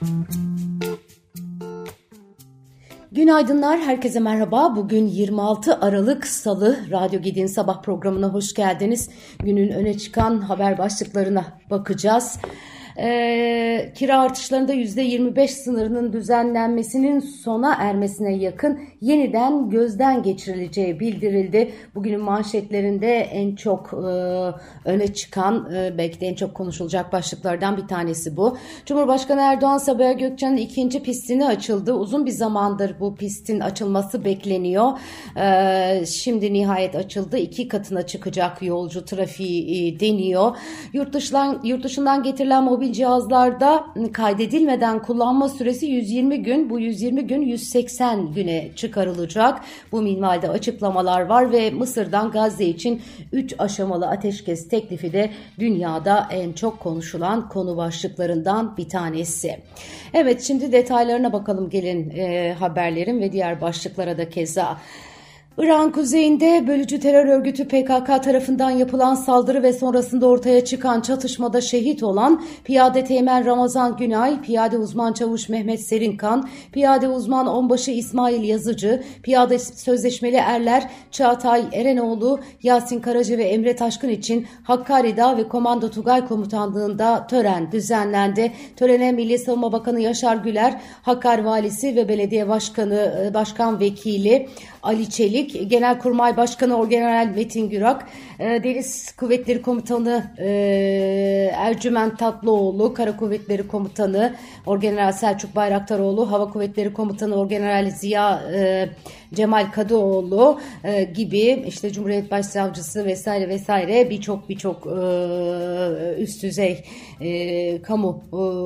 Günaydınlar, herkese merhaba. Bugün 26 Aralık Salı, Radyo Gedi'nin sabah programına hoş geldiniz. Günün öne çıkan haber başlıklarına bakacağız. Kira artışlarında %25 sınırının düzenlenmesinin sona ermesine yakın yeniden gözden geçirileceği bildirildi. Bugünün manşetlerinde en çok öne çıkan, belki de en çok konuşulacak başlıklardan bir tanesi bu. Cumhurbaşkanı Erdoğan Sabiha Gökçen'in ikinci pistini açıldı. Uzun bir zamandır bu pistin açılması bekleniyor. Şimdi nihayet açıldı. 2 katına çıkacak yolcu trafiği deniyor. Yurt dışından getirilen mobil cihazlarda kaydedilmeden kullanma süresi 120 gün. Bu 120 gün 180 güne çıkarılacak. Bu minvalde açıklamalar var ve Mısır'dan Gazze için 3 aşamalı ateşkes teklifi de dünyada en çok konuşulan konu başlıklarından bir tanesi. Evet, şimdi detaylarına bakalım gelin haberlerin ve diğer başlıklara da keza. İran kuzeyinde bölücü terör örgütü PKK tarafından yapılan saldırı ve sonrasında ortaya çıkan çatışmada şehit olan Piyade Teğmen Ramazan Günay, Piyade Uzman Çavuş Mehmet Serinkan, Piyade Uzman Onbaşı İsmail Yazıcı, Piyade Sözleşmeli Erler Çağatay Erenoğlu, Yasin Karaca ve Emre Taşkın için Hakkari Dağ ve Komando Tugay Komutanlığı'nda tören düzenlendi. Törene Milli Savunma Bakanı Yaşar Güler, Hakkari Valisi ve Belediye Başkan Vekili Ali Çelik, Genelkurmay Başkanı Orgeneral Metin Gürak, Deniz Kuvvetleri Komutanı Ercüment Tatlıoğlu, Kara Kuvvetleri Komutanı Orgeneral Selçuk Bayraktaroğlu, Hava Kuvvetleri Komutanı Orgeneral Ziya Cemal Kadıoğlu gibi işte Cumhuriyet Başsavcısı vesaire birçok üst düzey kamu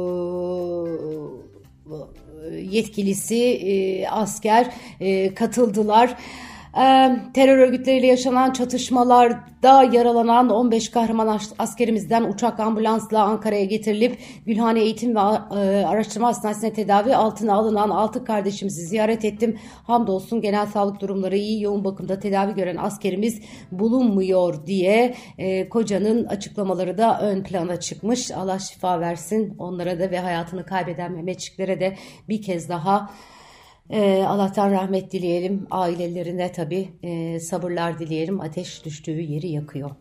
yetkilisi, asker katıldılar. Terör örgütleriyle yaşanan çatışmalarda yaralanan 15 kahraman askerimizden uçak ambulansla Ankara'ya getirilip Gülhane Eğitim ve Araştırma Hastanesi'ne tedavi altına alınan 6 kardeşimizi ziyaret ettim. Hamdolsun genel sağlık durumları iyi, yoğun bakımda tedavi gören askerimiz bulunmuyor diye kocanın açıklamaları da ön plana çıkmış. Allah şifa versin onlara da ve hayatını kaybeden Mehmetçiklere de bir kez daha Allah'tan rahmet dileyelim. Ailelerine tabii sabırlar dileyelim. Ateş düştüğü yeri yakıyor.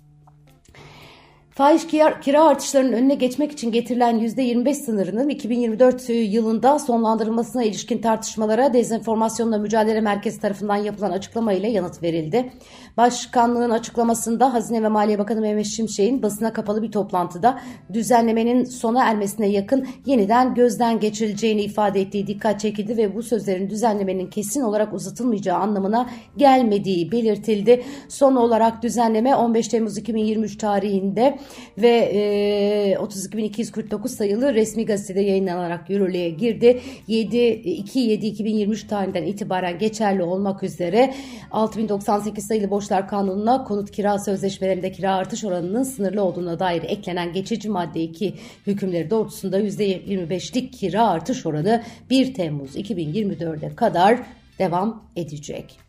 Fahiş kira artışlarının önüne geçmek için getirilen %25 sınırının 2024 yılında sonlandırılmasına ilişkin tartışmalara Dezenformasyonla Mücadele Merkezi tarafından yapılan açıklama ile yanıt verildi. Başkanlığın açıklamasında Hazine ve Maliye Bakanı Mehmet Şimşek'in basına kapalı bir toplantıda düzenlemenin sona ermesine yakın yeniden gözden geçirileceğini ifade ettiği dikkat çekildi ve bu sözlerin düzenlemenin kesin olarak uzatılmayacağı anlamına gelmediği belirtildi. Son olarak düzenleme 15 Temmuz 2023 tarihinde ve 32.249 sayılı resmi gazetede yayınlanarak yürürlüğe girdi. 2/7/2023 tarihinden itibaren geçerli olmak üzere 6098 sayılı Borçlar Kanunu'na konut kira sözleşmelerinde kira artış oranının sınırlı olduğuna dair eklenen geçici madde 2 hükümleri doğrultusunda %25'lik kira artış oranı 1 Temmuz 2024'e kadar devam edecek.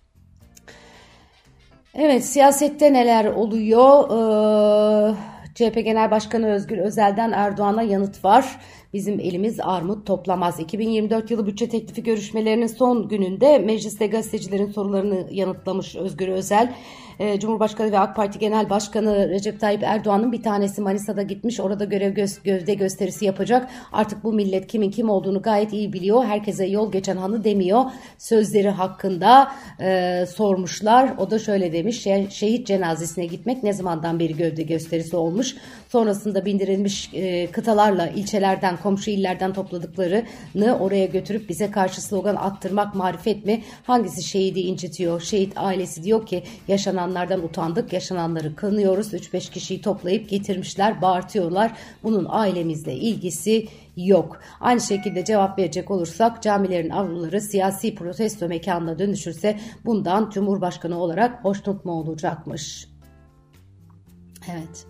Evet, siyasette neler oluyor? CHP Genel Başkanı Özgür Özel'den Erdoğan'a yanıt var. Bizim elimiz armut toplamaz. 2024 yılı bütçe teklifi görüşmelerinin son gününde mecliste gazetecilerin sorularını yanıtlamış Özgür Özel. Cumhurbaşkanı ve AK Parti Genel Başkanı Recep Tayyip Erdoğan'ın bir tanesi Manisa'da gitmiş. Orada gövde gösterisi yapacak. Artık bu millet kimin kim olduğunu gayet iyi biliyor. Herkese yol geçen hanı demiyor. Sözleri hakkında sormuşlar. O da şöyle demiş. Şehit cenazesine gitmek ne zamandan beri gövde gösterisi olmuş. Sonrasında bindirilmiş kıtalarla ilçelerden, komşu illerden topladıklarını oraya götürüp bize karşı slogan attırmak marifet mi? Hangisi şehidi incitiyor? Şehit ailesi diyor ki yaşananlardan utandık, yaşananları kınıyoruz. 3-5 kişiyi toplayıp getirmişler, bağırtıyorlar. Bunun ailemizle ilgisi yok. Aynı şekilde cevap verecek olursak camilerin avluları siyasi protesto mekanına dönüşürse bundan Cumhurbaşkanı olarak hoşnut mu olacakmış? Evet.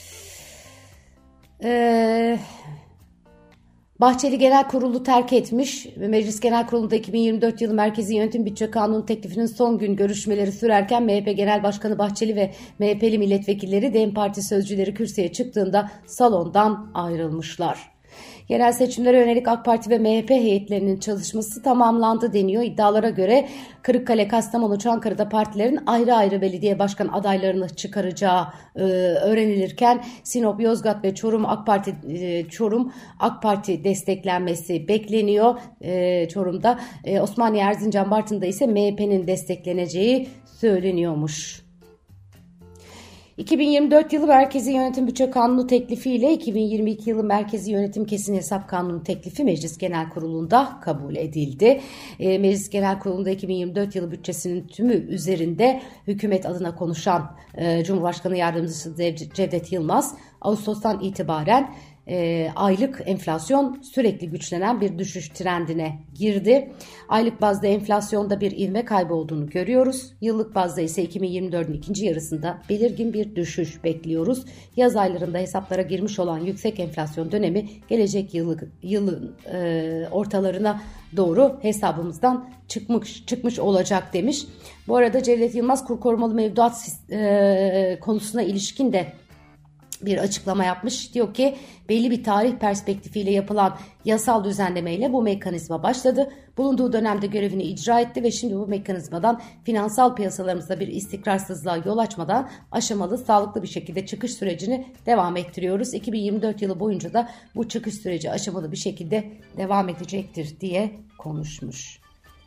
Bahçeli Genel Kurulu terk etmiş ve Meclis Genel Kurulu'nda 2024 yılı Merkezi Yönetim Bütçe Kanunu teklifinin son gün görüşmeleri sürerken MHP Genel Başkanı Bahçeli ve MHP'li milletvekilleri DEM Parti sözcüleri kürsüye çıktığında salondan ayrılmışlar. Yerel seçimlere yönelik AK Parti ve MHP heyetlerinin çalışması tamamlandı deniyor. İddialara göre Kırıkkale, Kastamonu, Çankırı'da partilerin ayrı ayrı belediye başkan adaylarını çıkaracağı öğrenilirken Sinop, Yozgat ve Çorum AK Parti desteklenmesi bekleniyor. Çorum'da Osmaniye, Erzincan, Bartın'da ise MHP'nin destekleneceği söyleniyormuş. 2024 yılı Merkezi Yönetim Bütçe Kanunu teklifi ile 2022 yılı Merkezi Yönetim Kesin Hesap Kanunu teklifi Meclis Genel Kurulu'nda kabul edildi. Meclis Genel Kurulu'nda 2024 yılı bütçesinin tümü üzerinde hükümet adına konuşan Cumhurbaşkanı Yardımcısı Cevdet Yılmaz, Ağustos'tan itibaren aylık enflasyon sürekli güçlenen bir düşüş trendine girdi. Aylık bazda enflasyonda bir ivme kaybı olduğunu görüyoruz. Yıllık bazda ise 2024'ün ikinci yarısında belirgin bir düşüş bekliyoruz. Yaz aylarında hesaplara girmiş olan yüksek enflasyon dönemi gelecek yılın ortalarına doğru hesabımızdan çıkmış olacak demiş. Bu arada Cevdet Yılmaz kur korumalı mevduat konusuna ilişkin de bir açıklama yapmış. Diyor ki belli bir tarih perspektifiyle yapılan yasal düzenlemeyle bu mekanizma başladı. Bulunduğu dönemde görevini icra etti ve şimdi bu mekanizmadan finansal piyasalarımızda bir istikrarsızlığa yol açmadan aşamalı, sağlıklı bir şekilde çıkış sürecini devam ettiriyoruz. 2024 yılı boyunca da bu çıkış süreci aşamalı bir şekilde devam edecektir diye konuşmuş.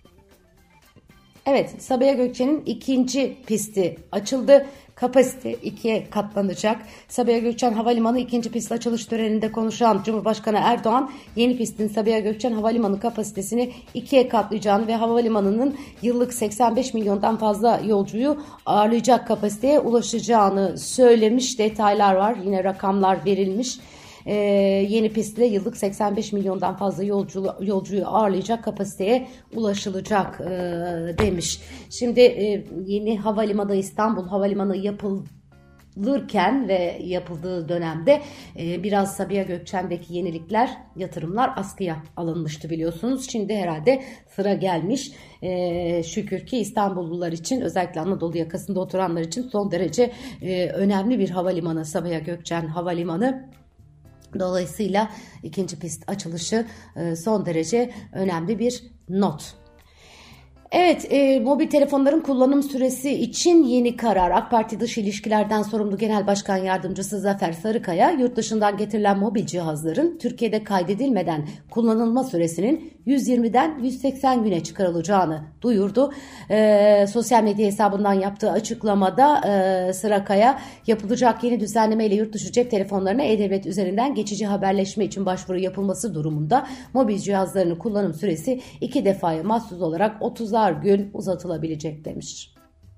Evet, Sabiha Gökçen'in ikinci pisti açıldı. Kapasite 2'ye katlanacak. Sabiha Gökçen Havalimanı ikinci pist açılış töreninde konuşan Cumhurbaşkanı Erdoğan, yeni pistin Sabiha Gökçen Havalimanı kapasitesini 2'ye katlayacağını ve havalimanının yıllık 85 milyondan fazla yolcuyu ağırlayacak kapasiteye ulaşacağını söylemiş. Detaylar var, yine rakamlar verilmiş. Yeni pistle yıllık 85 milyondan fazla yolcuyu ağırlayacak kapasiteye ulaşılacak demiş. Şimdi yeni havalimanı, İstanbul Havalimanı yapılırken ve yapıldığı dönemde biraz Sabiha Gökçen'deki yenilikler, yatırımlar askıya alınmıştı biliyorsunuz. Şimdi herhalde sıra gelmiş. Şükür ki İstanbullular için, özellikle Anadolu yakasında oturanlar için son derece önemli bir havalimanı Sabiha Gökçen Havalimanı. Dolayısıyla ikinci pist açılışı son derece önemli bir not. Evet, mobil telefonların kullanım süresi için yeni karar. AK Parti Dış İlişkilerden sorumlu Genel Başkan Yardımcısı Zafer Sarıkaya, yurt dışından getirilen mobil cihazların Türkiye'de kaydedilmeden kullanılma süresinin 120'den 180 güne çıkarılacağını duyurdu. Sosyal medya hesabından yaptığı açıklamada Sarıkaya, yapılacak yeni düzenlemeyle yurt dışı cep telefonlarına E-Devlet üzerinden geçici haberleşme için başvuru yapılması durumunda mobil cihazlarının kullanım süresi 2 defaya mahsus olarak 30'ar gün uzatılabilecek demiş.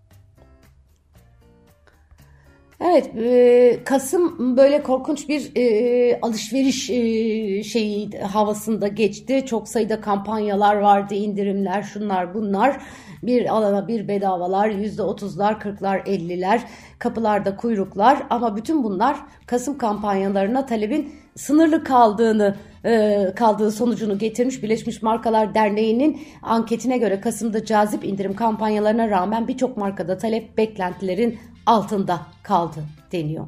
Evet, Kasım böyle korkunç bir alışveriş şeyi havasında geçti. Çok sayıda kampanyalar vardı, indirimler, şunlar bunlar. Bir alana bir bedavalar, %30'lar, 40'lar, 50'ler, kapılarda kuyruklar. Ama bütün bunlar Kasım kampanyalarına talebin sınırlı kaldığı sonucunu getirmiş. Birleşmiş Markalar Derneği'nin anketine göre Kasım'da cazip indirim kampanyalarına rağmen birçok markada talep beklentilerin altında kaldı deniyor.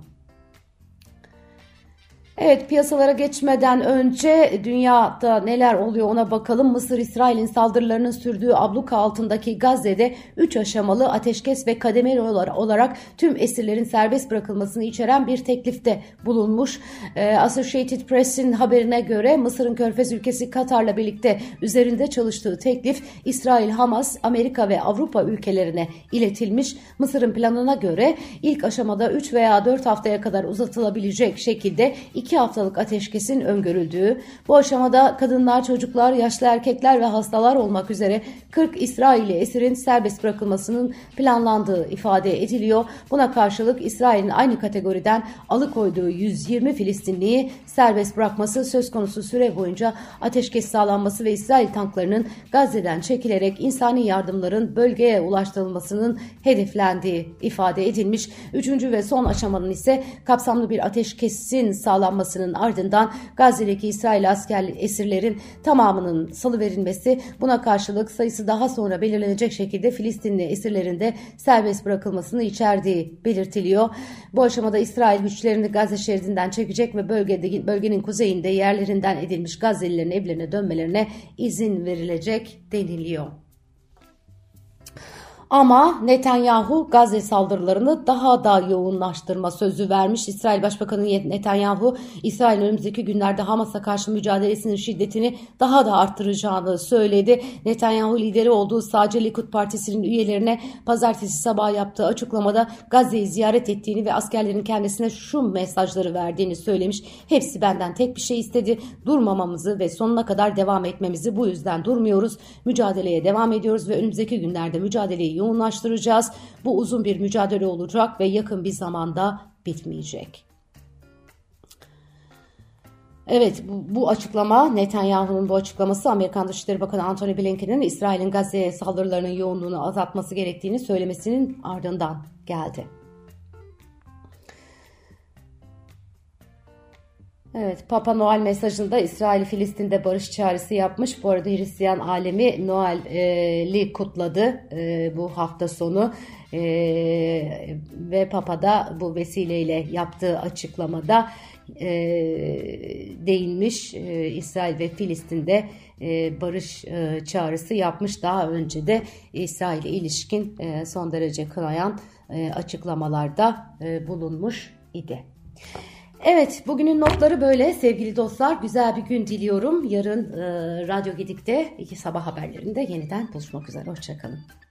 Evet, piyasalara geçmeden önce dünyada neler oluyor ona bakalım. Mısır, İsrail'in saldırılarının sürdüğü abluka altındaki Gazze'de 3 aşamalı ateşkes ve kademeli olarak tüm esirlerin serbest bırakılmasını içeren bir teklifte bulunmuş. Associated Press'in haberine göre Mısır'ın Körfez ülkesi Katar'la birlikte üzerinde çalıştığı teklif İsrail, Hamas, Amerika ve Avrupa ülkelerine iletilmiş. Mısır'ın planına göre ilk aşamada 3 veya 4 haftaya kadar uzatılabilecek şekilde 2 haftalık ateşkesin öngörüldüğü, bu aşamada kadınlar, çocuklar, yaşlı erkekler ve hastalar olmak üzere 40 İsrailli esirin serbest bırakılmasının planlandığı ifade ediliyor. Buna karşılık İsrail'in aynı kategoriden alıkoyduğu 120 Filistinliyi serbest bırakması, söz konusu süre boyunca ateşkes sağlanması ve İsrail tanklarının Gazze'den çekilerek insani yardımların bölgeye ulaştırılmasının hedeflendiği ifade edilmiş. Üçüncü ve son aşamanın ise kapsamlı bir ateşkesin sağlanması açıklanmasının ardından Gazze'deki İsrail askerli esirlerin tamamının salıverilmesi, buna karşılık sayısı daha sonra belirlenecek şekilde Filistinli esirlerin de serbest bırakılmasını içerdiği belirtiliyor. Bu aşamada İsrail güçlerini Gazze şeridinden çekecek ve bölgenin kuzeyinde yerlerinden edilmiş Gazze'lilerin evlerine dönmelerine izin verilecek deniliyor. Ama Netanyahu Gazze saldırılarını daha da yoğunlaştırma sözü vermiş. İsrail Başbakanı Netanyahu, İsrail'in önümüzdeki günlerde Hamas'a karşı mücadelesinin şiddetini daha da arttıracağını söyledi. Netanyahu lideri olduğu sağcı Likud Partisi'nin üyelerine pazartesi sabahı yaptığı açıklamada Gazze'yi ziyaret ettiğini ve askerlerin kendisine şu mesajları verdiğini söylemiş. Hepsi benden tek bir şey istedi: durmamamızı ve sonuna kadar devam etmemizi. Bu yüzden durmuyoruz. Mücadeleye devam ediyoruz ve önümüzdeki günlerde mücadeleyi yoğunlaştıracağız. Bu uzun bir mücadele olacak ve yakın bir zamanda bitmeyecek. Evet, bu açıklama, Netanyahu'nun bu açıklaması Amerikan Dışişleri Bakanı Antony Blinken'in İsrail'in Gazze'ye saldırılarının yoğunluğunu azaltması gerektiğini söylemesinin ardından geldi. Evet, Papa Noel mesajında İsrail Filistin'de barış çağrısı yapmış. Bu arada Hristiyan alemi Noel'i kutladı bu hafta sonu ve Papa da bu vesileyle yaptığı açıklamada değinmiş. İsrail ve Filistin'de barış çağrısı yapmış. Daha önce de İsrail'e ilişkin son derece kınayan açıklamalarda bulunmuş idi. Evet, bugünün notları böyle sevgili dostlar. Güzel bir gün diliyorum. Yarın Radyo Gedik'te sabah haberlerinde yeniden buluşmak üzere. Hoşçakalın.